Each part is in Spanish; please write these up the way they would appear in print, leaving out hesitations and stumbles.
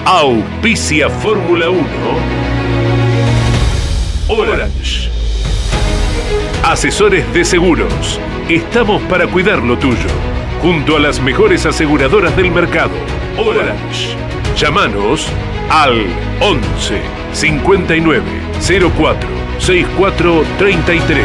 Auspicia Fórmula 1 Orange. Asesores de seguros. Estamos para cuidar lo tuyo. Junto a las mejores aseguradoras del mercado. Orange. Llámanos al 11 59 04 64 33.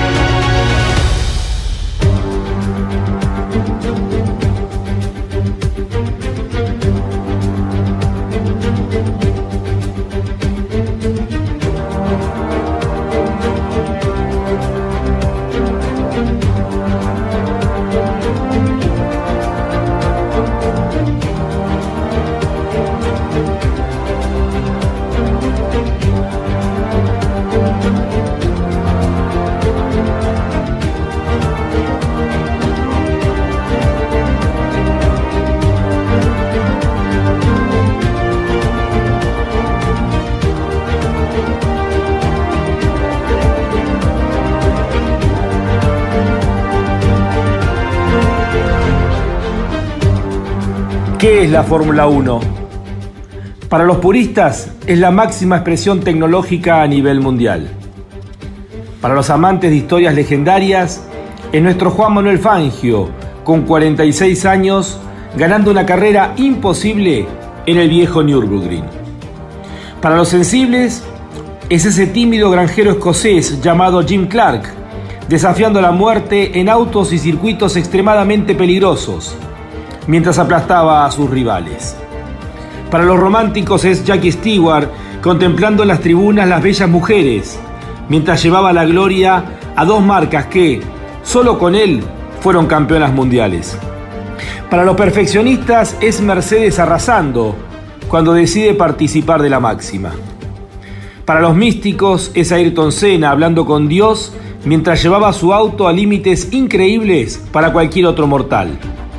¿Qué es la Fórmula 1? Para los puristas es la máxima expresión tecnológica a nivel mundial. Para los amantes de historias legendarias es nuestro Juan Manuel Fangio, con 46 años, ganando una carrera imposible en el viejo Nürburgring. Para los sensibles es ese tímido granjero escocés llamado Jim Clark, desafiando la muerte en autos y circuitos extremadamente peligrosos, mientras aplastaba a sus rivales. Para los románticos es Jackie Stewart contemplando en las tribunas las bellas mujeres, mientras llevaba la gloria a dos marcas que, solo con él, fueron campeonas mundiales. Para los perfeccionistas es Mercedes arrasando cuando decide participar de la máxima. Para los místicos es Ayrton Senna hablando con Dios mientras llevaba su auto a límites increíbles para cualquier otro mortal.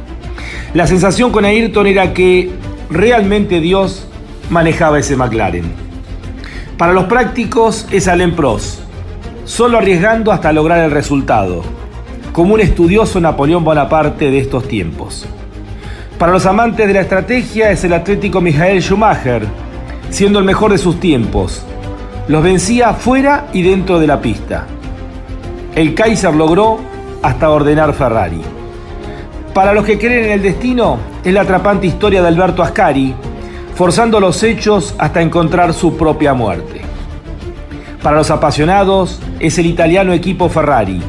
La sensación con Ayrton era que realmente Dios manejaba ese McLaren. Para los prácticos es Alain Prost, solo arriesgando hasta lograr el resultado, como un estudioso Napoleón Bonaparte de estos tiempos. Para los amantes de la estrategia es el atlético Michael Schumacher, siendo el mejor de sus tiempos. Los vencía fuera y dentro de la pista. El Kaiser logró hasta ordenar Ferrari. Para los que creen en el destino, es la atrapante historia de Alberto Ascari, forzando los hechos hasta encontrar su propia muerte. Para los apasionados, es el italiano equipo Ferrari.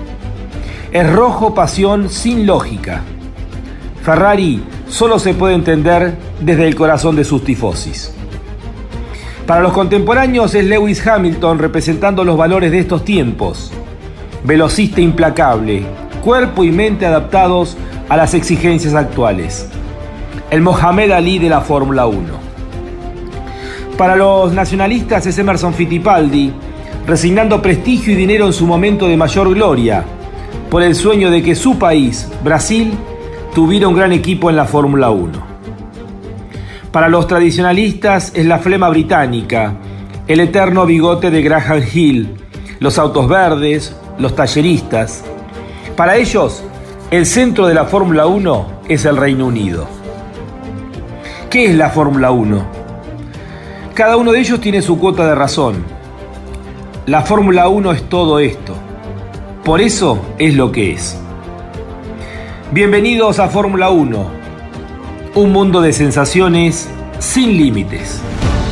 Es rojo pasión sin lógica. Ferrari solo se puede entender desde el corazón de sus tifosis. Para los contemporáneos es Lewis Hamilton representando los valores de estos tiempos. Velocista implacable, cuerpo y mente adaptados a las exigencias actuales. El Mohamed Ali de la Fórmula 1. Para los nacionalistas es Emerson Fittipaldi, resignando prestigio y dinero en su momento de mayor gloria, por el sueño de que su país, Brasil, tuviera un gran equipo en la Fórmula 1. Para los tradicionalistas es la flema británica, el eterno bigote de Graham Hill, los autos verdes, los talleristas. Para ellos, el centro de la Fórmula 1 es el Reino Unido. ¿Qué es la Fórmula 1? Cada uno de ellos tiene su cuota de razón. La Fórmula 1 es todo esto. Por eso es lo que es. Bienvenidos a Fórmula 1, un mundo de sensaciones sin límites.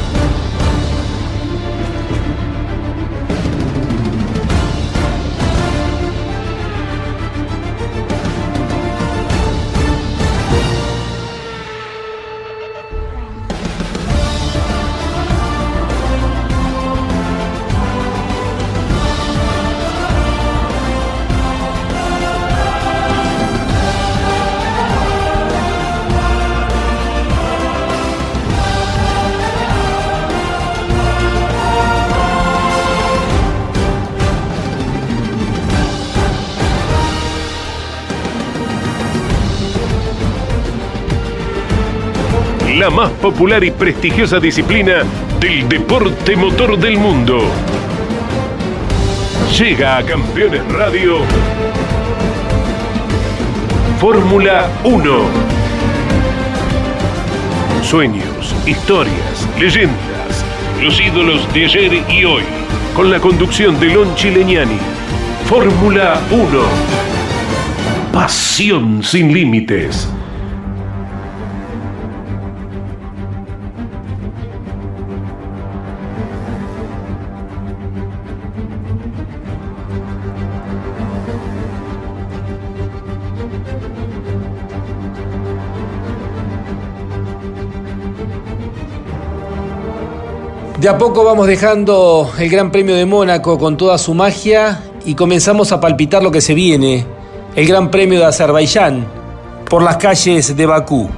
La más popular y prestigiosa disciplina del deporte motor del mundo. Llega a Campeones Radio Fórmula 1. sueños, historias, leyendas, los ídolos de ayer y hoy, con la conducción de Lonchi Legnani. Fórmula 1. Pasión sin límites. De a poco vamos dejando el Gran Premio de Mónaco con toda su magia y comenzamos a palpitar lo que se viene, el Gran Premio de Azerbaiyán, por las calles de Bakú.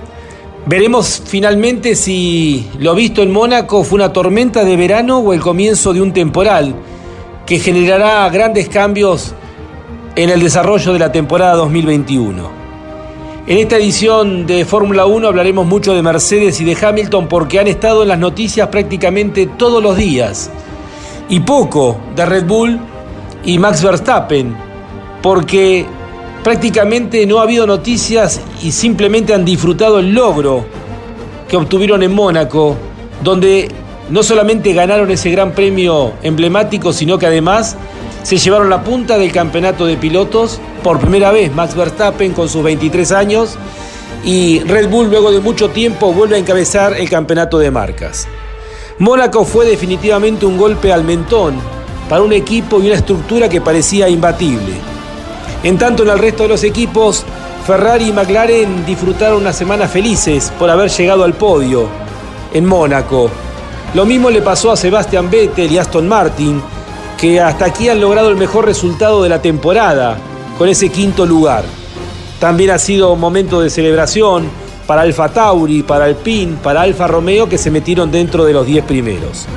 Veremos finalmente si lo visto en Mónaco fue una tormenta de verano o el comienzo de un temporal que generará grandes cambios en el desarrollo de la temporada 2021. En esta edición de Fórmula 1 hablaremos mucho de Mercedes y de Hamilton porque han estado en las noticias prácticamente todos los días. Y poco de Red Bull y Max Verstappen porque prácticamente no ha habido noticias y simplemente han disfrutado el logro que obtuvieron en Mónaco, donde no solamente ganaron ese gran premio emblemático, sino que además se llevaron la punta del campeonato de pilotos por primera vez. Max Verstappen con sus 23 años y Red Bull luego de mucho tiempo vuelve a encabezar el campeonato de marcas. Mónaco fue definitivamente un golpe al mentón para un equipo y una estructura que parecía imbatible. En tanto, en el resto de los equipos, Ferrari y McLaren disfrutaron unas semanas felices por haber llegado al podio en Mónaco. Lo mismo le pasó a Sebastian Vettel y Aston Martin, que hasta aquí han logrado el mejor resultado de la temporada, con ese quinto lugar. También ha sido un momento de celebración para Alfa Tauri, para Alpine, para Alfa Romeo, que se metieron dentro de los 10 primeros.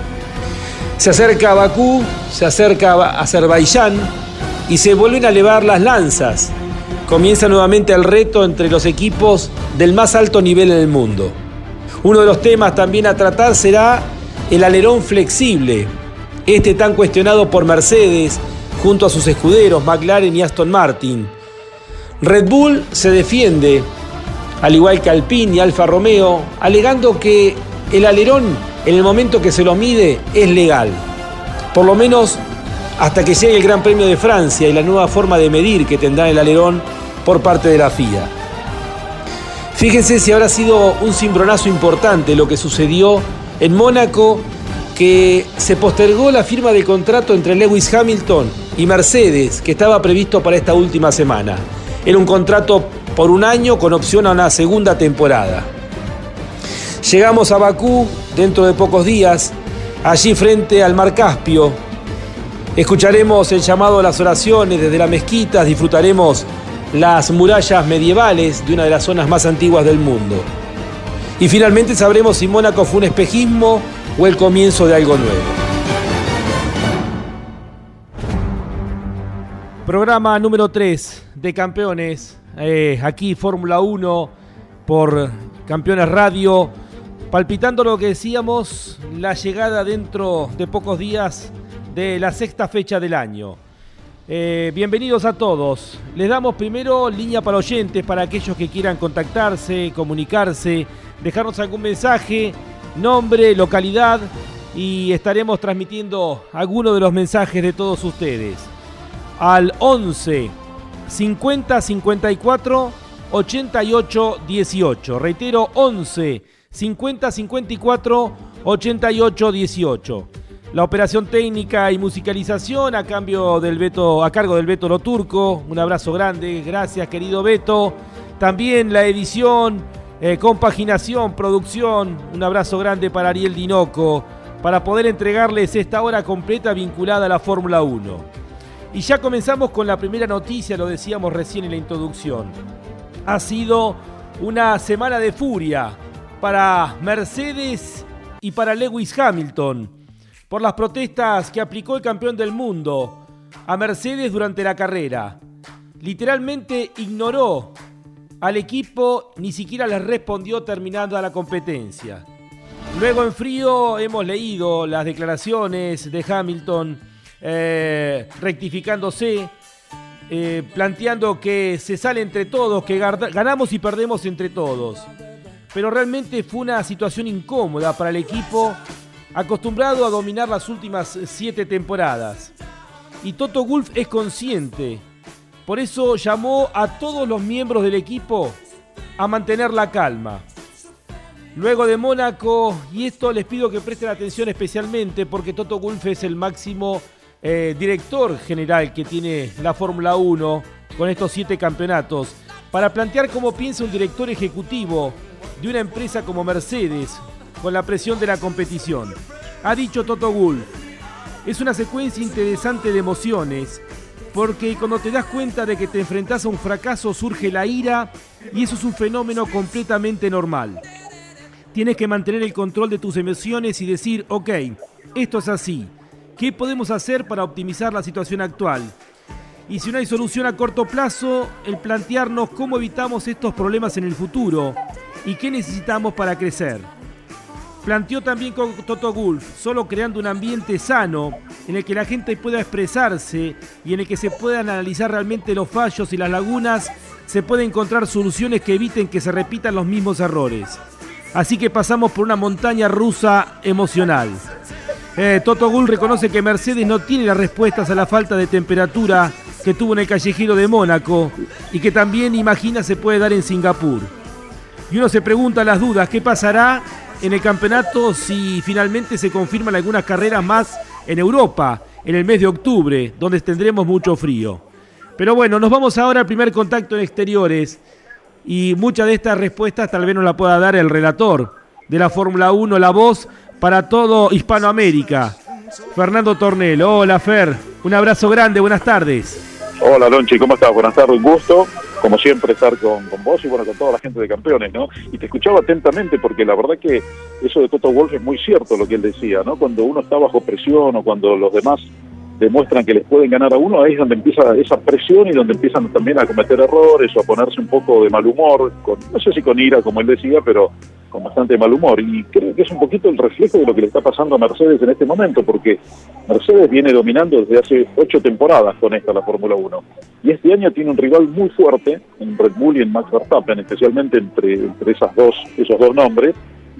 Se acerca a Bakú, se acerca a Azerbaiyán y se vuelven a elevar las lanzas. Comienza nuevamente el reto entre los equipos del más alto nivel en el mundo. Uno de los temas también a tratar será el alerón flexible, este tan cuestionado por Mercedes junto a sus escuderos McLaren y Aston Martin. Red Bull se defiende, al igual que Alpine y Alfa Romeo, alegando que el alerón, en el momento que se lo mide, es legal. Por lo menos hasta que llegue el Gran Premio de Francia y la nueva forma de medir que tendrá el alerón por parte de la FIA. Fíjense si habrá sido un cimbronazo importante lo que sucedió en Mónaco, que se postergó la firma del contrato entre Lewis Hamilton y Mercedes, que estaba previsto para esta última semana. Era un contrato por un año con opción a una segunda temporada. Llegamos a Bakú dentro de pocos días, allí frente al Mar Caspio. Escucharemos el llamado a las oraciones desde las mezquitas, disfrutaremos las murallas medievales de una de las zonas más antiguas del mundo. Y finalmente sabremos si Mónaco fue un espejismo o el comienzo de algo nuevo. Programa número 3 de Campeones, aquí Fórmula 1 por Campeones Radio, palpitando lo que decíamos, la llegada dentro de pocos días de la sexta fecha del año. Bienvenidos a todos. Les damos primero línea para oyentes, para aquellos que quieran contactarse, comunicarse, dejarnos algún mensaje, nombre, localidad, y estaremos transmitiendo algunos de los mensajes de todos ustedes al 11 50 54 88 18. Reitero, 11 50 54 88 18. La operación técnica y musicalización a cargo del Beto Lo Turco. Un abrazo grande, gracias querido Beto. También la edición, compaginación, producción. Un abrazo grande para Ariel Dinoco, para poder entregarles esta hora completa vinculada a la Fórmula 1. Y ya comenzamos con la primera noticia, lo decíamos recién en la introducción. Ha sido una semana de furia para Mercedes y para Lewis Hamilton, por las protestas que aplicó el campeón del mundo a Mercedes durante la carrera. Literalmente ignoró al equipo, ni siquiera les respondió terminando la competencia. Luego en frío hemos leído las declaraciones de Hamilton rectificándose, planteando que se sale entre todos, que ganamos y perdemos entre todos. pero realmente fue una situación incómoda para el equipo acostumbrado a dominar las últimas 7 temporadas. Y Toto Wolff es consciente, por eso llamó a todos los miembros del equipo a mantener la calma. Luego de Mónaco, y esto les pido que presten atención especialmente porque Toto Wolff es el máximo director general que tiene la Fórmula 1 con estos 7 campeonatos, para plantear cómo piensa un director ejecutivo de una empresa como Mercedes con la presión de la competición. Ha dicho Toto Wolff: es una secuencia interesante de emociones, porque cuando te das cuenta de que te enfrentás a un fracaso surge la ira, y eso es un fenómeno completamente normal. Tienes que mantener el control de tus emociones y decir, ok, esto es así. ¿Qué podemos hacer para optimizar la situación actual? Y si no hay solución a corto plazo, el plantearnos cómo evitamos estos problemas en el futuro y qué necesitamos para crecer. Planteó también con Toto Wolff, solo creando un ambiente sano en el que la gente pueda expresarse y en el que se puedan analizar realmente los fallos y las lagunas, se pueden encontrar soluciones que eviten que se repitan los mismos errores. Así que pasamos por una montaña rusa emocional. Toto Wolff reconoce que Mercedes no tiene las respuestas a la falta de temperatura que tuvo en el callejero de Mónaco y que también imagina se puede dar en Singapur. Y uno se pregunta las dudas, ¿qué pasará en el campeonato si finalmente se confirman algunas carreras más en Europa en el mes de octubre, donde tendremos mucho frío? Pero bueno, nos vamos ahora al primer contacto en exteriores y muchas de estas respuestas tal vez nos la pueda dar el relator de la Fórmula 1, la voz para todo Hispanoamérica, Fernando Tornelo. Hola Fer, un abrazo grande, buenas tardes. Hola Lonchi, ¿cómo estás? Buenas tardes, un gusto, como siempre, estar con vos y bueno, con toda la gente de Campeones, ¿no? Y te escuchaba atentamente porque la verdad que eso de Toto Wolff es muy cierto lo que él decía, ¿no? Cuando uno está bajo presión o cuando los demás demuestran que les pueden ganar a uno, ahí es donde empieza esa presión y donde empiezan también a cometer errores o a ponerse un poco de mal humor, no sé si con ira, como él decía, pero con bastante mal humor, y creo que es un poquito el reflejo de lo que le está pasando a Mercedes en este momento, porque Mercedes viene dominando desde hace 8 temporadas con la Fórmula 1, y este año tiene un rival muy fuerte en Red Bull y en Max Verstappen, especialmente entre esos dos nombres,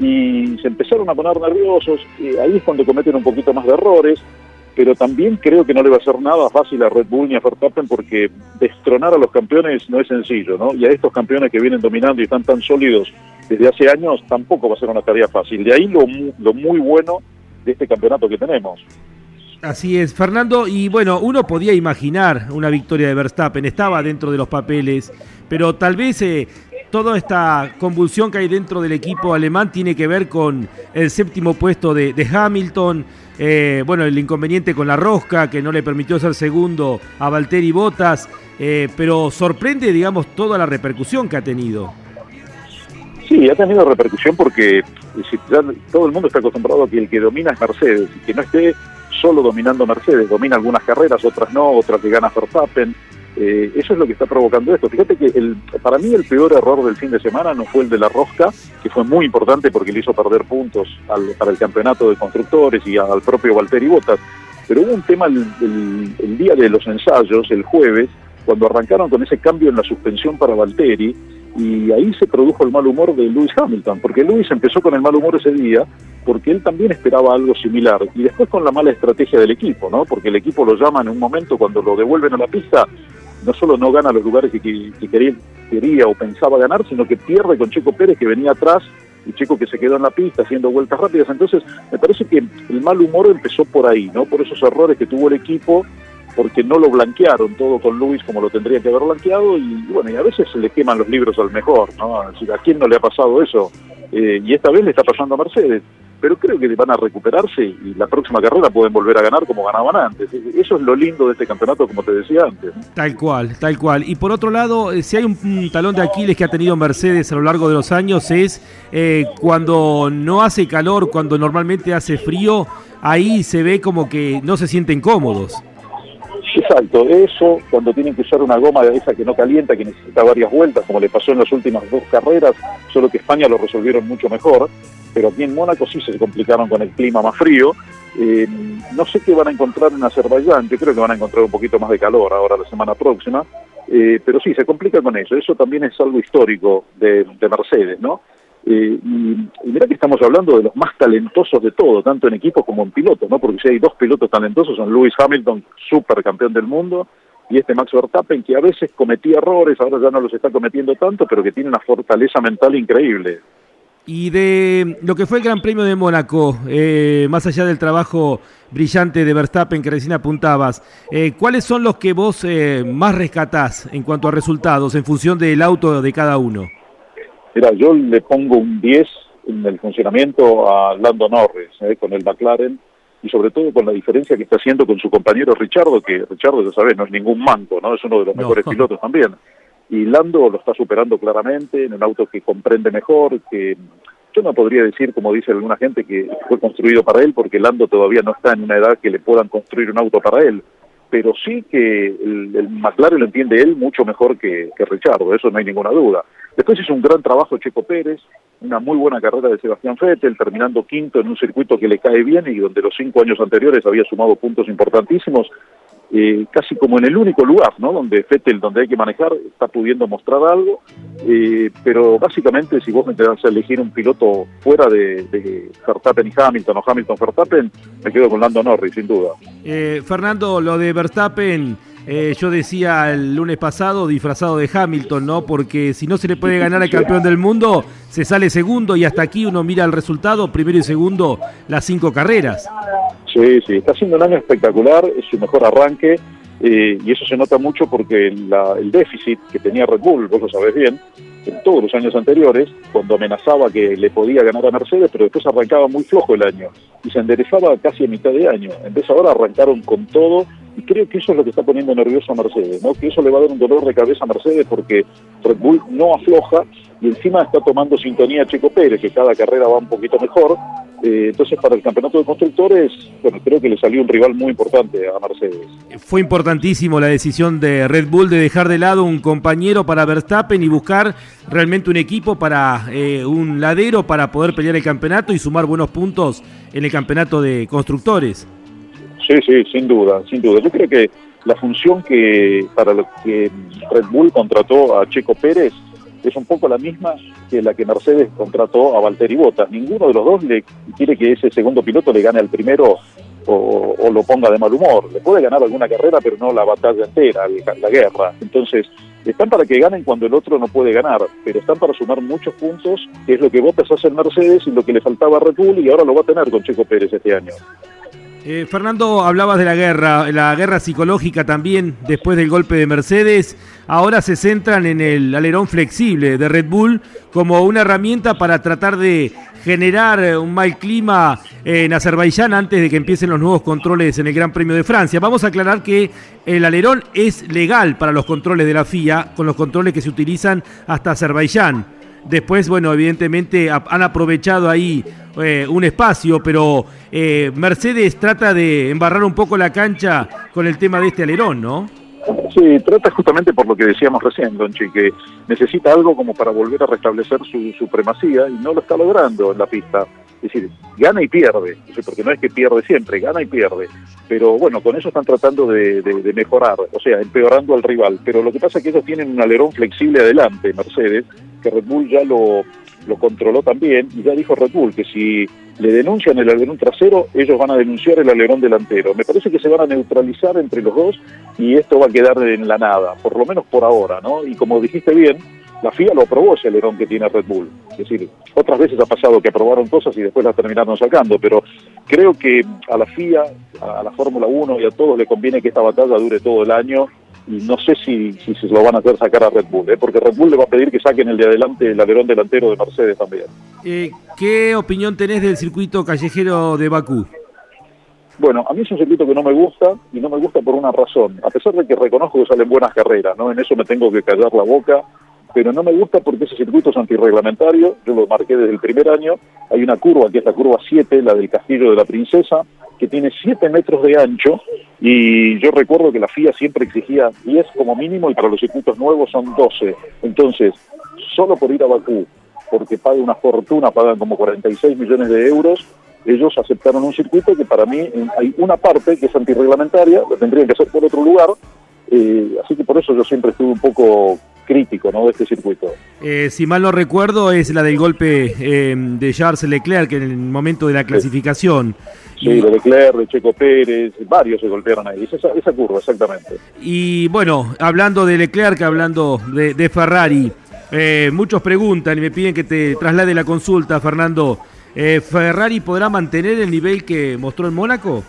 y se empezaron a poner nerviosos, ahí es cuando cometen un poquito más de errores, pero también creo que no le va a ser nada fácil a Red Bull ni a Verstappen porque destronar a los campeones no es sencillo, ¿no? Y a estos campeones que vienen dominando y están tan sólidos desde hace años tampoco va a ser una tarea fácil. De ahí lo muy bueno de este campeonato que tenemos. Así es, Fernando, y bueno, uno podía imaginar una victoria de Verstappen, estaba dentro de los papeles, pero tal vez toda esta convulsión que hay dentro del equipo alemán tiene que ver con el 7º puesto de Hamilton, bueno, el inconveniente con la rosca que no le permitió ser segundo a Valtteri Bottas, pero sorprende, digamos, toda la repercusión que ha tenido. Sí, ha tenido repercusión porque ya todo el mundo está acostumbrado a que el que domina es Mercedes, y que no esté solo dominando Mercedes, domina algunas carreras, otras no, otras que gana Verstappen. Eso es lo que está provocando esto. Fíjate que para mí el peor error del fin de semana no fue el de la rosca, que fue muy importante porque le hizo perder puntos para el campeonato de constructores y al propio Valtteri Bottas, pero hubo un tema el día de los ensayos, el jueves, cuando arrancaron con ese cambio en la suspensión para Valtteri, y ahí se produjo el mal humor de Lewis Hamilton, porque Lewis empezó con el mal humor ese día, porque él también esperaba algo similar, y después con la mala estrategia del equipo, ¿no? Porque el equipo lo llama en un momento cuando lo devuelven a la pista, no solo no gana los lugares que quería o pensaba ganar, sino que pierde con Checo Pérez, que venía atrás, y Checo que se quedó en la pista haciendo vueltas rápidas. Entonces me parece que el mal humor empezó por ahí, ¿no? Por esos errores que tuvo el equipo, porque no lo blanquearon todo con Lewis como lo tendría que haber blanqueado, y bueno, y a veces se le queman los libros al mejor, ¿no? Es decir, ¿a quién no le ha pasado eso? Y esta vez le está pasando a Mercedes, pero creo que van a recuperarse y la próxima carrera pueden volver a ganar como ganaban antes. Eso es lo lindo de este campeonato, como te decía antes, ¿no? Tal cual. Y por otro lado, si hay un talón de Aquiles que ha tenido Mercedes a lo largo de los años es cuando no hace calor, cuando normalmente hace frío, ahí se ve como que no se sienten cómodos. Exacto, eso cuando tienen que usar una goma de esa que no calienta, que necesita varias vueltas, como le pasó en las últimas 2 carreras, solo que España lo resolvieron mucho mejor, pero aquí en Mónaco sí se complicaron con el clima más frío. No sé qué van a encontrar en Azerbaiyán, yo creo que van a encontrar un poquito más de calor ahora la semana próxima, pero sí, se complica con eso también es algo histórico de Mercedes, ¿no? Y mirá que estamos hablando de los más talentosos de todo, tanto en equipos como en pilotos, ¿no? Porque si hay dos pilotos talentosos, son Lewis Hamilton, supercampeón del mundo, y Max Verstappen, que a veces cometía errores, ahora ya no los está cometiendo tanto, pero que tiene una fortaleza mental increíble. Y de lo que fue el Gran Premio de Mónaco, más allá del trabajo brillante de Verstappen que recién apuntabas, ¿cuáles son los que vos más rescatás en cuanto a resultados en función del auto de cada uno? Mira, yo le pongo un 10 en el funcionamiento a Lando Norris, con el McLaren, y sobre todo con la diferencia que está haciendo con su compañero Ricciardo, que Ricciardo, ya sabés, no es ningún manco, ¿no? Es uno de los mejores pilotos también. Y Lando lo está superando claramente en un auto que comprende mejor, que yo no podría decir, como dice alguna gente, que fue construido para él, porque Lando todavía no está en una edad que le puedan construir un auto para él, pero sí que el McLaren lo entiende él mucho mejor que Ricciardo, eso no hay ninguna duda. Después hizo un gran trabajo Checo Pérez, una muy buena carrera de Sebastián Vettel, terminando quinto en un circuito que le cae bien y donde los 5 años anteriores había sumado puntos importantísimos, casi como en el único lugar, ¿no? Donde Vettel, donde hay que manejar, está pudiendo mostrar algo, pero básicamente si vos me tenés a elegir un piloto fuera de Verstappen y Hamilton, o Hamilton-Verstappen, me quedo con Lando Norris, sin duda. Fernando, lo de Verstappen, yo decía el lunes pasado, disfrazado de Hamilton, ¿no? Porque si no se le puede ganar al campeón del mundo, se sale segundo y hasta aquí uno mira el resultado, primero y segundo, las 5 carreras. Sí, está haciendo un año espectacular, es su mejor arranque, y eso se nota mucho porque el déficit que tenía Red Bull, vos lo sabés bien, en todos los años anteriores, cuando amenazaba que le podía ganar a Mercedes, pero después arrancaba muy flojo el año, y se enderezaba casi a mitad de año. Entonces ahora arrancaron con todo, y creo que eso es lo que está poniendo nervioso a Mercedes, ¿no? Que eso le va a dar un dolor de cabeza a Mercedes porque Red Bull no afloja, y encima está tomando sintonía a Checo Pérez, que cada carrera va un poquito mejor. Entonces para el campeonato de constructores, bueno, creo que le salió un rival muy importante a Mercedes. Fue importantísimo la decisión de Red Bull de dejar de lado un compañero para Verstappen y buscar realmente un equipo para un ladero para poder pelear el campeonato y sumar buenos puntos en el campeonato de constructores. Sí, sin duda. Yo creo que la función que para lo que Red Bull contrató a Checo Pérez es un poco la misma que la que Mercedes contrató a Valtteri Bottas. Ninguno de los dos le quiere que ese segundo piloto le gane al primero o lo ponga de mal humor. Le puede ganar alguna carrera, pero no la batalla entera, la guerra. Entonces, están para que ganen cuando el otro no puede ganar, pero están para sumar muchos puntos, que es lo que Bottas hace en Mercedes y lo que le faltaba a Red Bull, y ahora lo va a tener con Checo Pérez este año. Fernando, hablabas de la guerra psicológica también después del golpe de Mercedes. Ahora se centran en el alerón flexible de Red Bull como una herramienta para tratar de generar un mal clima en Azerbaiyán antes de que empiecen los nuevos controles en el Gran Premio de Francia. Vamos a aclarar que el alerón es legal para los controles de la FIA, con los controles que se utilizan hasta Azerbaiyán. Después, bueno, evidentemente han aprovechado ahí un espacio, pero Mercedes trata de embarrar un poco la cancha con el tema de este alerón, ¿no? Sí, trata justamente por lo que decíamos recién, Donchi, que necesita algo como para volver a restablecer su supremacía y no lo está logrando en la pista. Es decir, gana y pierde, porque no es que pierde siempre, gana y pierde. Pero bueno, con eso están tratando de mejorar, o sea, empeorando al rival. Pero lo que pasa es que ellos tienen un alerón flexible adelante, Mercedes, que Red Bull ya lo controló también, y ya dijo Red Bull que si le denuncian el alerón trasero, ellos van a denunciar el alerón delantero. Me parece que se van a neutralizar entre los dos y esto va a quedar en la nada, por lo menos por ahora, ¿no? Y como dijiste bien, la FIA lo aprobó ese alerón que tiene Red Bull. Es decir, otras veces ha pasado que aprobaron cosas y después las terminaron sacando, pero creo que a la FIA, a la Fórmula 1 y a todos le conviene que esta batalla dure todo el año, y no sé si se lo van a hacer sacar a Red Bull, porque Red Bull le va a pedir que saquen el de adelante, el alerón delantero de Mercedes también. ¿Qué opinión tenés del circuito callejero de Bakú? Bueno, a mí es un circuito que no me gusta, y no me gusta por una razón. A pesar de que reconozco que salen buenas carreras, ¿no? En eso me tengo que callar la boca, pero no me gusta porque ese circuito es antirreglamentario. Yo lo marqué desde el primer año. Hay una curva, que es la curva 7, la del Castillo de la Princesa, que tiene 7 metros de ancho, y yo recuerdo que la FIA siempre exigía 10 como mínimo, y para los circuitos nuevos son 12. Entonces, solo por ir a Bakú, porque paga una fortuna, pagan como 46 millones de euros, ellos aceptaron un circuito que para mí hay una parte que es antirreglamentaria, la tendrían que hacer por otro lugar, así que por eso yo siempre estuve un poco crítico, ¿no?, de este circuito. Si mal no recuerdo, es la del golpe de Charles Leclerc en el momento de la clasificación. Sí, de Leclerc, de Checo Pérez, varios se golpearon ahí, esa curva, exactamente. Y bueno, hablando de Leclerc, hablando de Ferrari, muchos preguntan y me piden que te traslade la consulta, Fernando. ¿Ferrari podrá mantener el nivel que mostró en Mónaco?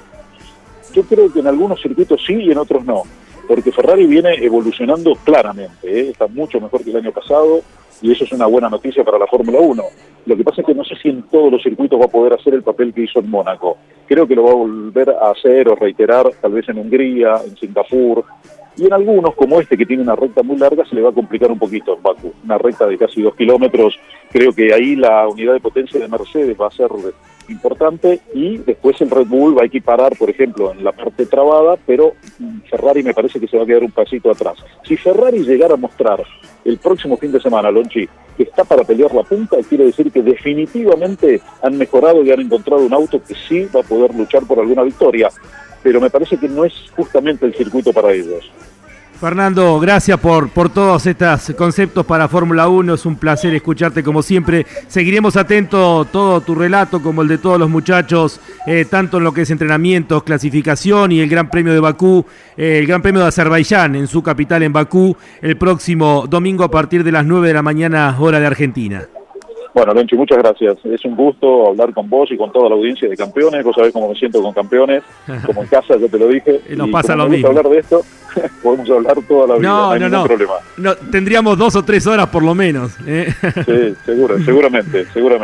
Yo creo que en algunos circuitos sí y en otros no, porque Ferrari viene evolucionando claramente, está mucho mejor que el año pasado y eso es una buena noticia para la Fórmula 1. Lo que pasa es que no sé si en todos los circuitos va a poder hacer el papel que hizo en Mónaco. Creo que lo va a volver a hacer o reiterar tal vez en Hungría, en Singapur, y en algunos, como este que tiene una recta muy larga, se le va a complicar un poquito en Bakú. Una recta de casi 2 kilómetros, creo que ahí la unidad de potencia de Mercedes va a ser importante y después el Red Bull va a equiparar, por ejemplo, en la parte trabada, pero Ferrari me parece que se va a quedar un pasito atrás. Si Ferrari llegara a mostrar el próximo fin de semana, Lonchi, que está para pelear la punta, quiere decir que definitivamente han mejorado y han encontrado un auto que sí va a poder luchar por alguna victoria, pero me parece que no es justamente el circuito para ellos. Fernando, gracias por todos estos conceptos para Fórmula 1, es un placer escucharte como siempre. Seguiremos atentos todo tu relato como el de todos los muchachos, tanto en lo que es entrenamientos, clasificación y el Gran Premio de Bakú, el Gran Premio de Azerbaiyán en su capital en Bakú, el próximo domingo a partir de las 9 de la mañana, hora de Argentina. Bueno, Lonchi, muchas gracias. Es un gusto hablar con vos y con toda la audiencia de Campeones. Vos sabés cómo me siento con Campeones, como en casa, yo te lo dije. Nos pasa lo mismo. Hablar de esto, podemos hablar toda la vida, no hay ningún problema. No, tendríamos 2 o 3 horas por lo menos. Sí, seguramente.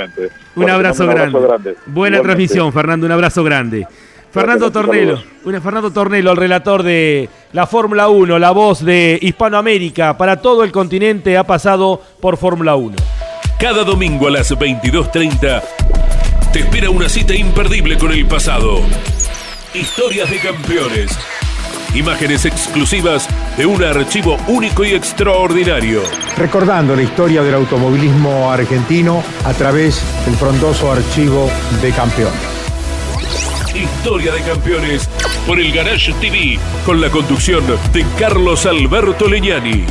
Un abrazo grande. Buena transmisión, Fernando, un abrazo grande. Fernando Tornelo, el relator de la Fórmula 1, la voz de Hispanoamérica para todo el continente, ha pasado por Fórmula 1. Cada domingo a las 22:30 te espera una cita imperdible con el pasado. Historias de campeones. Imágenes exclusivas de un archivo único y extraordinario. Recordando la historia del automovilismo argentino a través del frondoso archivo de Campeones. Historia de campeones por el Garage TV con la conducción de Carlos Alberto Legnani.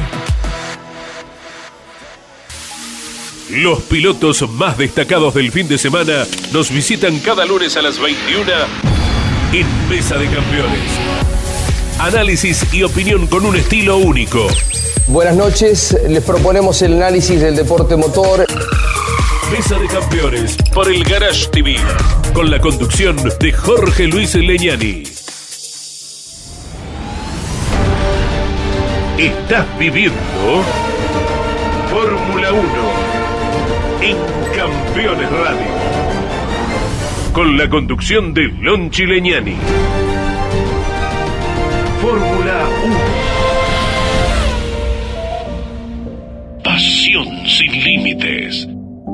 Los pilotos más destacados del fin de semana nos visitan cada lunes a las 21 en Mesa de Campeones. Análisis y opinión con un estilo único. Buenas noches, les proponemos el análisis del deporte motor. Mesa de Campeones por el Garage TV con la conducción de Jorge Luis Legnani. Estás viviendo Fórmula 1 en Campeones Radio, con la conducción de Lonchi Legnani. Fórmula 1. Pasión sin límites.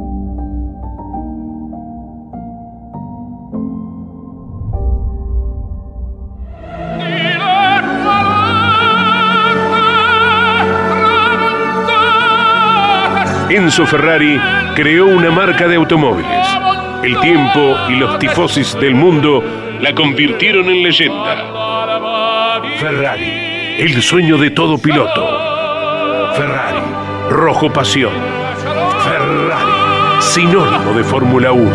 Enzo Ferrari creó una marca de automóviles. El tiempo y los tifosis del mundo la convirtieron en leyenda. Ferrari, el sueño de todo piloto. Ferrari, rojo pasión. Ferrari, sinónimo de Fórmula 1.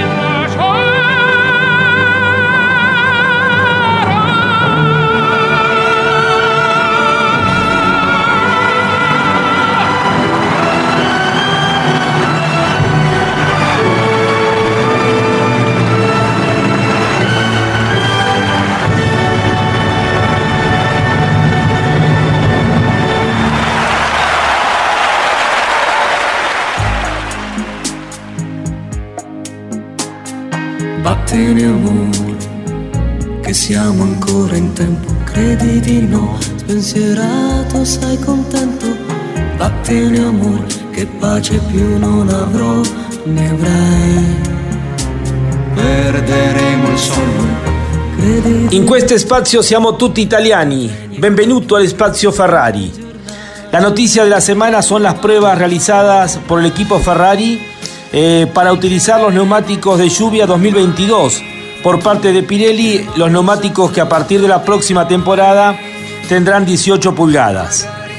Battene amore, che siamo ancora in tempo, credi di no, spensierato, sei contento. Battene amore, che pace più non avrò, ne avrai, perderemo il sonno. In questo spazio siamo tutti italiani, benvenuto al spazio Ferrari. La noticia de la semana son las pruebas realizadas por el equipo Ferrari para utilizar los neumáticos de lluvia 2022. Por parte de Pirelli, los neumáticos que a partir de la próxima temporada tendrán 18 pulgadas.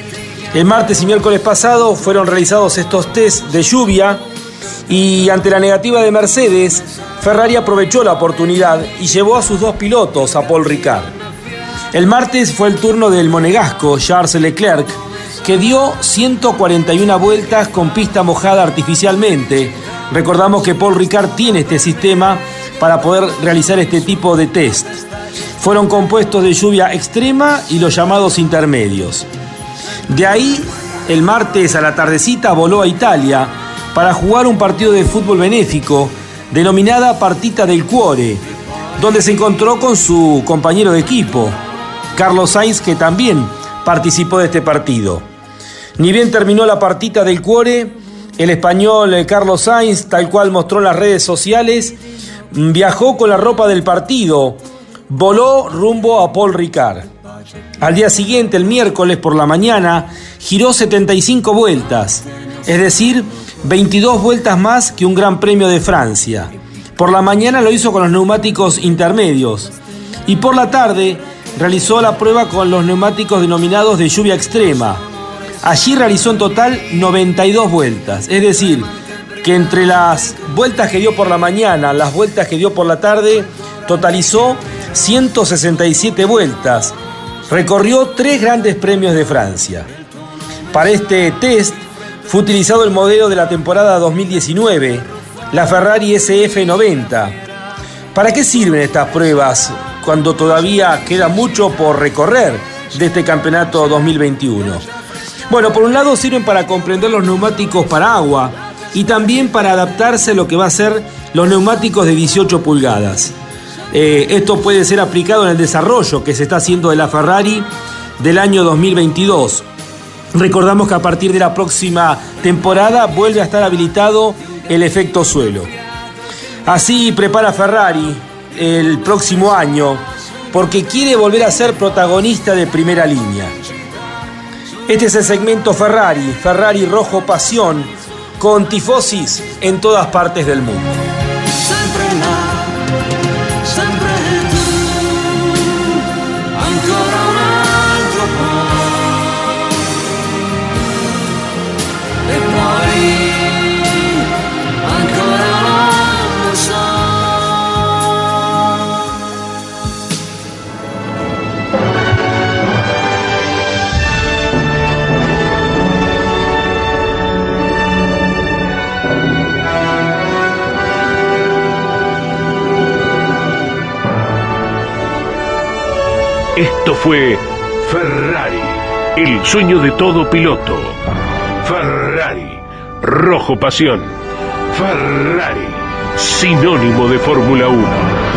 El martes y miércoles pasado fueron realizados estos test de lluvia y ante la negativa de Mercedes, Ferrari aprovechó la oportunidad y llevó a sus dos pilotos, a Paul Ricard. El martes fue el turno del monegasco Charles Leclerc, que dio 141 vueltas con pista mojada artificialmente. Recordamos que Paul Ricard tiene este sistema para poder realizar este tipo de test. Fueron compuestos de lluvia extrema y los llamados intermedios. De ahí, el martes a la tardecita voló a Italia para jugar un partido de fútbol benéfico denominada Partita del Cuore, donde se encontró con su compañero de equipo, Carlos Sainz, que también participó de este partido. Ni bien terminó la Partita del Cuore, el español Carlos Sainz, tal cual mostró en las redes sociales, viajó con la ropa del partido, voló rumbo a Paul Ricard. Al día siguiente, el miércoles por la mañana, giró 75 vueltas, es decir, 22 vueltas más que un Gran Premio de Francia. Por la mañana lo hizo con los neumáticos intermedios y por la tarde realizó la prueba con los neumáticos denominados de lluvia extrema. Allí realizó en total 92 vueltas, es decir, que entre las vueltas que dio por la mañana, las vueltas que dio por la tarde, totalizó 167 vueltas. Recorrió 3 grandes premios de Francia. Para este test fue utilizado el modelo de la temporada 2019, la Ferrari SF90. ¿Para qué sirven estas pruebas cuando todavía queda mucho por recorrer de este campeonato 2021? Bueno, por un lado sirven para comprender los neumáticos para agua y también para adaptarse a lo que va a ser los neumáticos de 18 pulgadas. Esto puede ser aplicado en el desarrollo que se está haciendo de la Ferrari del año 2022. Recordamos que a partir de la próxima temporada vuelve a estar habilitado el efecto suelo. Así prepara Ferrari el próximo año porque quiere volver a ser protagonista de primera línea. Este es el segmento Ferrari, Ferrari Rojo Pasión, con tifosis en todas partes del mundo. Esto fue Ferrari, el sueño de todo piloto. Ferrari, Rojo Pasión. Ferrari, sinónimo de Fórmula 1.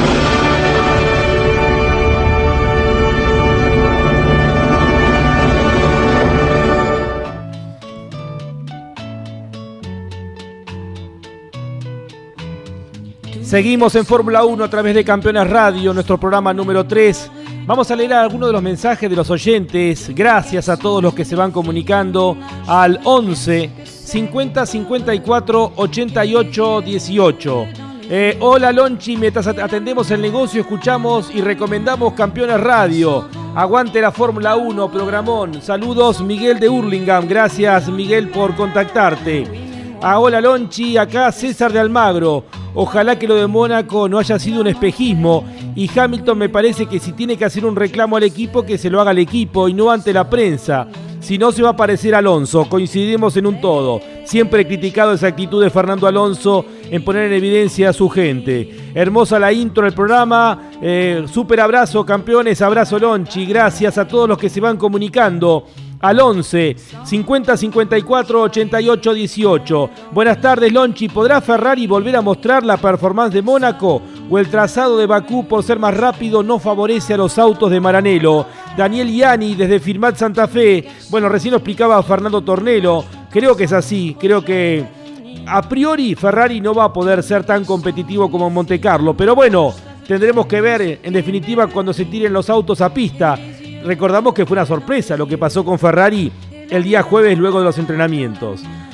Seguimos en Fórmula 1 a través de Campeones Radio, nuestro programa número 3. Vamos a leer algunos de los mensajes de los oyentes. Gracias a todos los que se van comunicando al 11 50 54 88 18. Hola Lonchi, mientras atendemos el negocio, escuchamos y recomendamos Campeones Radio. Aguante la Fórmula 1, programón. Saludos, Miguel de Hurlingham. Gracias, Miguel, por contactarte. Hola Lonchi, acá César de Almagro. Ojalá que lo de Mónaco no haya sido un espejismo y Hamilton me parece que si tiene que hacer un reclamo al equipo, que se lo haga al equipo y no ante la prensa. Si no, se va a parecer a Alonso. Coincidimos en un todo. Siempre he criticado esa actitud de Fernando Alonso en poner en evidencia a su gente. Hermosa la intro del programa. Súper abrazo, campeones. Abrazo, Lonchi. Gracias a todos los que se van comunicando al 11 50 54 88 18. Buenas tardes, Lonchi. ¿Podrá Ferrari volver a mostrar la performance de Mónaco? ¿O el trazado de Bakú, por ser más rápido, no favorece a los autos de Maranello? Daniel Iani, desde Firmat Santa Fe. Bueno, recién lo explicaba Fernando Tornello. Creo que es así. Creo que a priori Ferrari no va a poder ser tan competitivo como en Montecarlo. Pero bueno, tendremos que ver en definitiva cuando se tiren los autos a pista. Recordamos que fue una sorpresa lo que pasó con Ferrari el día jueves luego de los entrenamientos.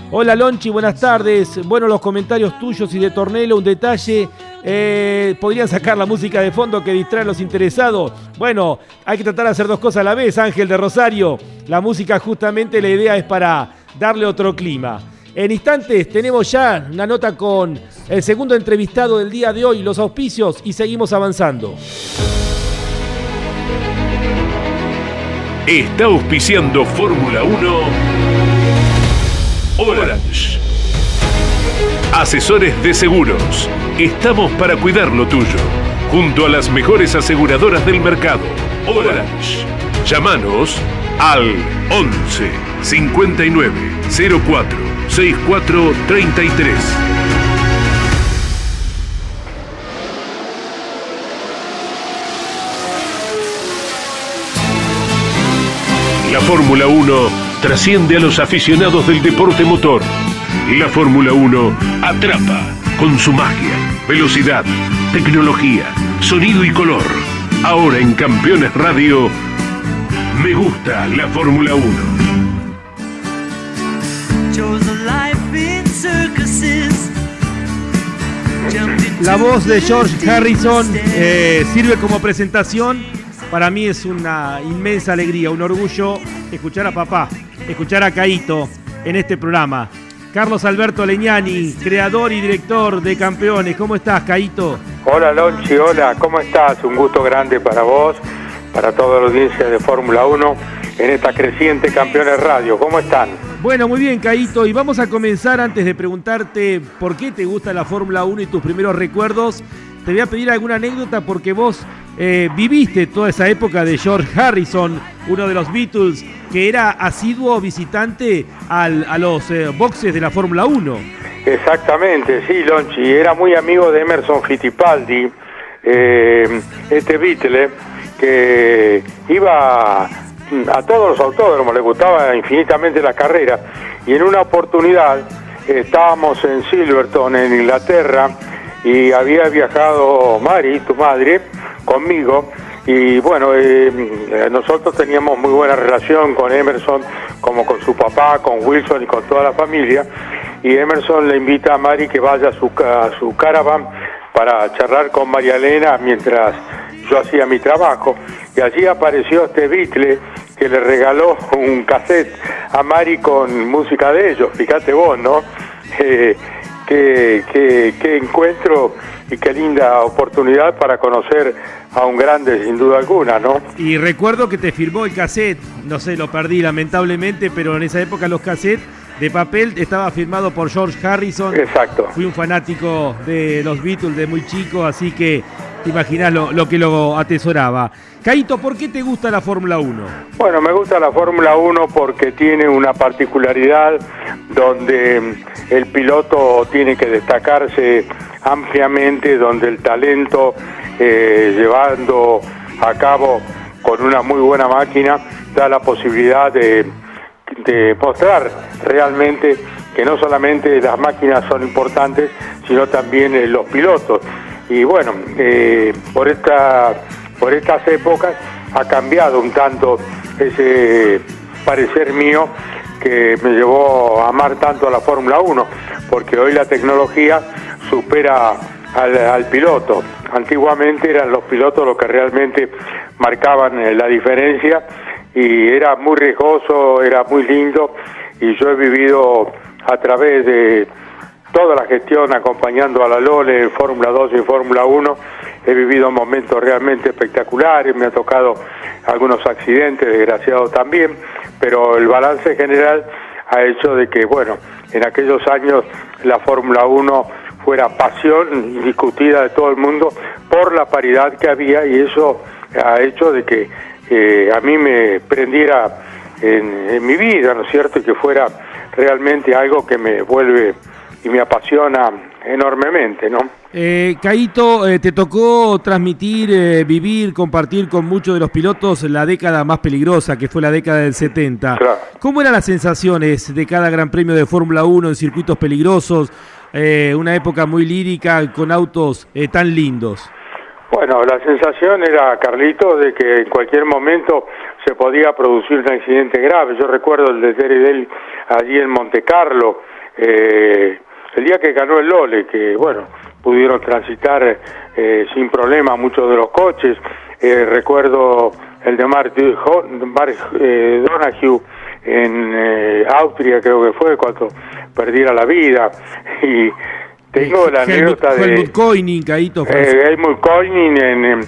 Hola Lonchi, buenas tardes. Bueno, los comentarios tuyos y de Tornelo, un detalle. ¿Podrían sacar la música de fondo que distrae a los interesados? Bueno, hay que tratar de hacer dos cosas a la vez, Ángel de Rosario. La música justamente, la idea es para darle otro clima. En instantes tenemos ya una nota con el segundo entrevistado del día de hoy, los auspicios, y seguimos avanzando. Está auspiciando Fórmula 1 Orange. Asesores de seguros. Estamos para cuidar lo tuyo. Junto a las mejores aseguradoras del mercado. Orange. Llámanos al 11 59 04 64 33. La Fórmula 1 trasciende a los aficionados del deporte motor. La Fórmula 1 atrapa con su magia, velocidad, tecnología, sonido y color. Ahora en Campeones Radio, me gusta la Fórmula 1. La voz de George Harrison sirve como presentación. Para mí es una inmensa alegría, un orgullo escuchar a papá, escuchar a Caíto en este programa. Carlos Alberto Legnani, creador y director de Campeones. ¿Cómo estás, Caíto? Hola Lonchi, hola, ¿cómo estás? Un gusto grande para vos, para toda la audiencia de Fórmula 1 en esta creciente Campeones Radio. ¿Cómo están? Bueno, muy bien, Caíto, y vamos a comenzar antes de preguntarte por qué te gusta la Fórmula 1 y tus primeros recuerdos. Te voy a pedir alguna anécdota porque vos viviste toda esa época de George Harrison, uno de los Beatles, que era asiduo visitante a los boxes de la Fórmula 1. Exactamente, sí, Lonchi, era muy amigo de Emerson Fittipaldi, este Beatle, que iba a todos los autódromos, le gustaba infinitamente la carrera, y en una oportunidad estábamos en Silverstone, en Inglaterra, y había viajado Mari, tu madre, conmigo, y bueno, nosotros teníamos muy buena relación con Emerson, como con su papá, con Wilson y con toda la familia, y Emerson le invita a Mari que vaya a su caravan para charlar con María Elena mientras yo hacía mi trabajo, y allí apareció este Beatle que le regaló un cassette a Mari con música de ellos, fíjate vos, ¿no? Qué encuentro y qué linda oportunidad para conocer a un grande, sin duda alguna, ¿no? Y recuerdo que te firmó el cassette, no sé, lo perdí lamentablemente, pero en esa época los cassettes de papel estaba firmado por George Harrison. Exacto. Fui un fanático de los Beatles de muy chico, así que te imaginás lo que lo atesoraba. Caíto, ¿por qué te gusta la Fórmula 1? Bueno, me gusta la Fórmula 1 porque tiene una particularidad donde el piloto tiene que destacarse ampliamente, donde el talento llevando a cabo con una muy buena máquina da la posibilidad de mostrar realmente que no solamente las máquinas son importantes, sino también los pilotos. Y bueno, por estas épocas ha cambiado un tanto ese parecer mío que me llevó a amar tanto a la Fórmula 1, porque hoy la tecnología supera al piloto. Antiguamente eran los pilotos los que realmente marcaban la diferencia, y era muy riesgoso, era muy lindo, y yo he vivido a través de toda la gestión acompañando a la Lole en Fórmula 2 y Fórmula 1, he vivido momentos realmente espectaculares, me ha tocado algunos accidentes, desgraciados también, pero el balance general ha hecho de que, bueno, en aquellos años la Fórmula 1 fuera pasión indiscutida de todo el mundo por la paridad que había, y eso ha hecho de que a mí me prendiera en mi vida, ¿no es cierto?, y que fuera realmente algo que me vuelve y me apasiona enormemente, ¿no? Caíto, te tocó transmitir, vivir, compartir con muchos de los pilotos la década más peligrosa, que fue la década del 70. Claro. ¿Cómo eran las sensaciones de cada Gran Premio de Fórmula 1 en circuitos peligrosos? Una época muy lírica, con autos tan lindos. Bueno, la sensación era, Carlito, de que en cualquier momento se podía producir un accidente grave. Yo recuerdo el de Terry Dale allí en Monte Carlo, el día que ganó el Lole, que bueno, pudieron transitar sin problema muchos de los coches. Recuerdo el de Mark Donoghue en Austria, creo que fue, cuando perdiera la vida. Y tengo la anécdota de Helmut Koenig, Caíto, Helmut Koenig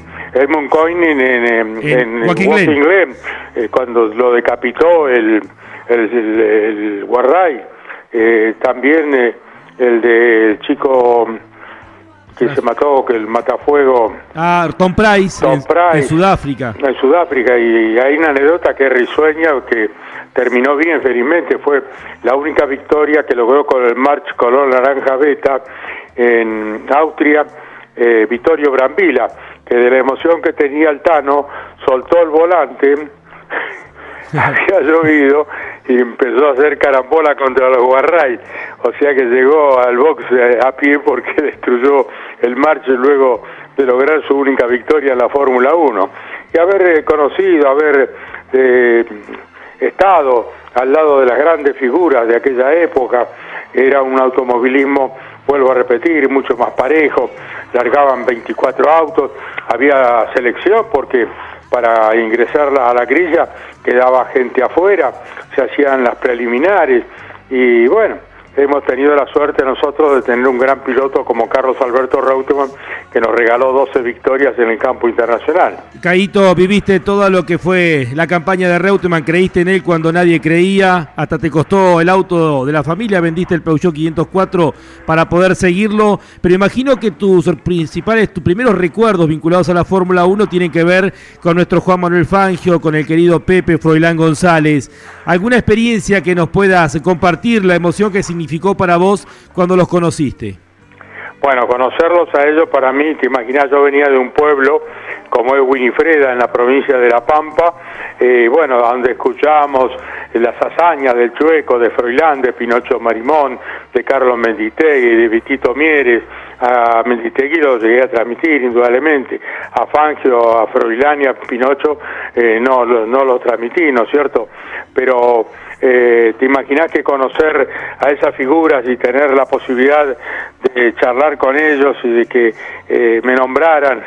en Watkins Glen, cuando lo decapitó el Guarray. También el de chico que se mató, que el matafuego. Tom Price, en Sudáfrica. En Sudáfrica, y hay una anécdota que es risueña, que terminó bien, felizmente. Fue la única victoria que logró con el March color naranja beta en Austria, Vittorio Brambilla, que de la emoción que tenía el Tano, soltó el volante, había llovido, y empezó a hacer carambola contra los Guarray, o sea que llegó al box a pie porque destruyó el March luego de lograr su única victoria en la Fórmula 1. Y haber conocido, haber estado al lado de las grandes figuras de aquella época, era un automovilismo, vuelvo a repetir, mucho más parejo, largaban 24 autos, había selección porque para ingresar a la grilla quedaba gente afuera, se hacían las preliminares, y bueno, hemos tenido la suerte nosotros de tener un gran piloto como Carlos Alberto Reutemann, que nos regaló 12 victorias en el campo internacional. Caíto, viviste todo lo que fue la campaña de Reutemann, creíste en él cuando nadie creía, hasta te costó el auto de la familia, vendiste el Peugeot 504 para poder seguirlo, pero imagino que tus primeros recuerdos vinculados a la Fórmula 1 tienen que ver con nuestro Juan Manuel Fangio, con el querido Pepe Froilán González. ¿Alguna experiencia que nos puedas compartir, la emoción que significó para vos cuando los conociste? Bueno, conocerlos a ellos para mí, te imaginas, yo venía de un pueblo como es Winifreda, en la provincia de La Pampa, bueno, donde escuchamos las hazañas del Chueco, de Froilán, de Pinocho Marimón, de Carlos Menditegui, de Vitito Mieres. A Menditegui lo llegué a transmitir, indudablemente. A Fangio, a Froilán y a Pinocho no lo transmití, ¿no es cierto? Pero te imaginás que conocer a esas figuras y tener la posibilidad de charlar con ellos y de que me nombraran,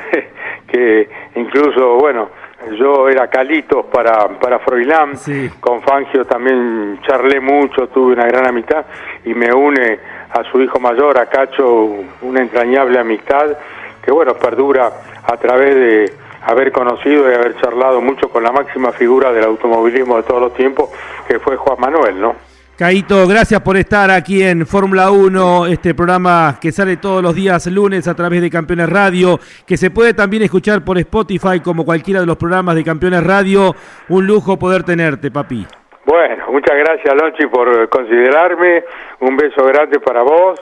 que incluso, bueno, yo era Calitos para Froilán, sí. Con Fangio también charlé mucho, tuve una gran amistad, y me une a su hijo mayor, a Cacho, una entrañable amistad que, bueno, perdura a través de haber conocido y haber charlado mucho con la máxima figura del automovilismo de todos los tiempos, que fue Juan Manuel, ¿no? Caíto, gracias por estar aquí en Fórmula 1, este programa que sale todos los días lunes a través de Campeones Radio, que se puede también escuchar por Spotify como cualquiera de los programas de Campeones Radio. Un lujo poder tenerte, papi. Bueno, muchas gracias, Lonchi, por considerarme. Un beso grande para vos,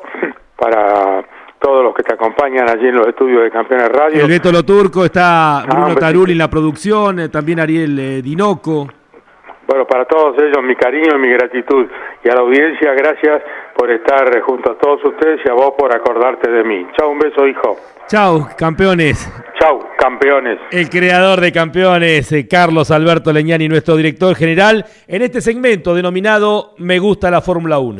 para todos los que te acompañan allí en los estudios de Campeones Radio. El Beto Lo Turco, está Bruno Taruli en la producción, también Ariel Dinoco. Bueno, para todos ellos mi cariño y mi gratitud. Y a la audiencia, gracias por estar junto a todos ustedes y a vos por acordarte de mí. Chao, un beso, hijo. Chao, campeones. Chao, campeones. El creador de Campeones, Carlos Alberto Leñani, nuestro director general, en este segmento denominado Me Gusta la Fórmula 1.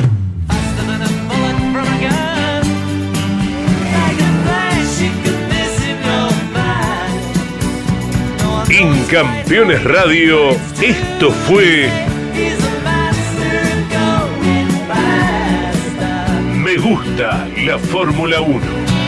En Campeones Radio, esto fue Me Gusta la Fórmula 1.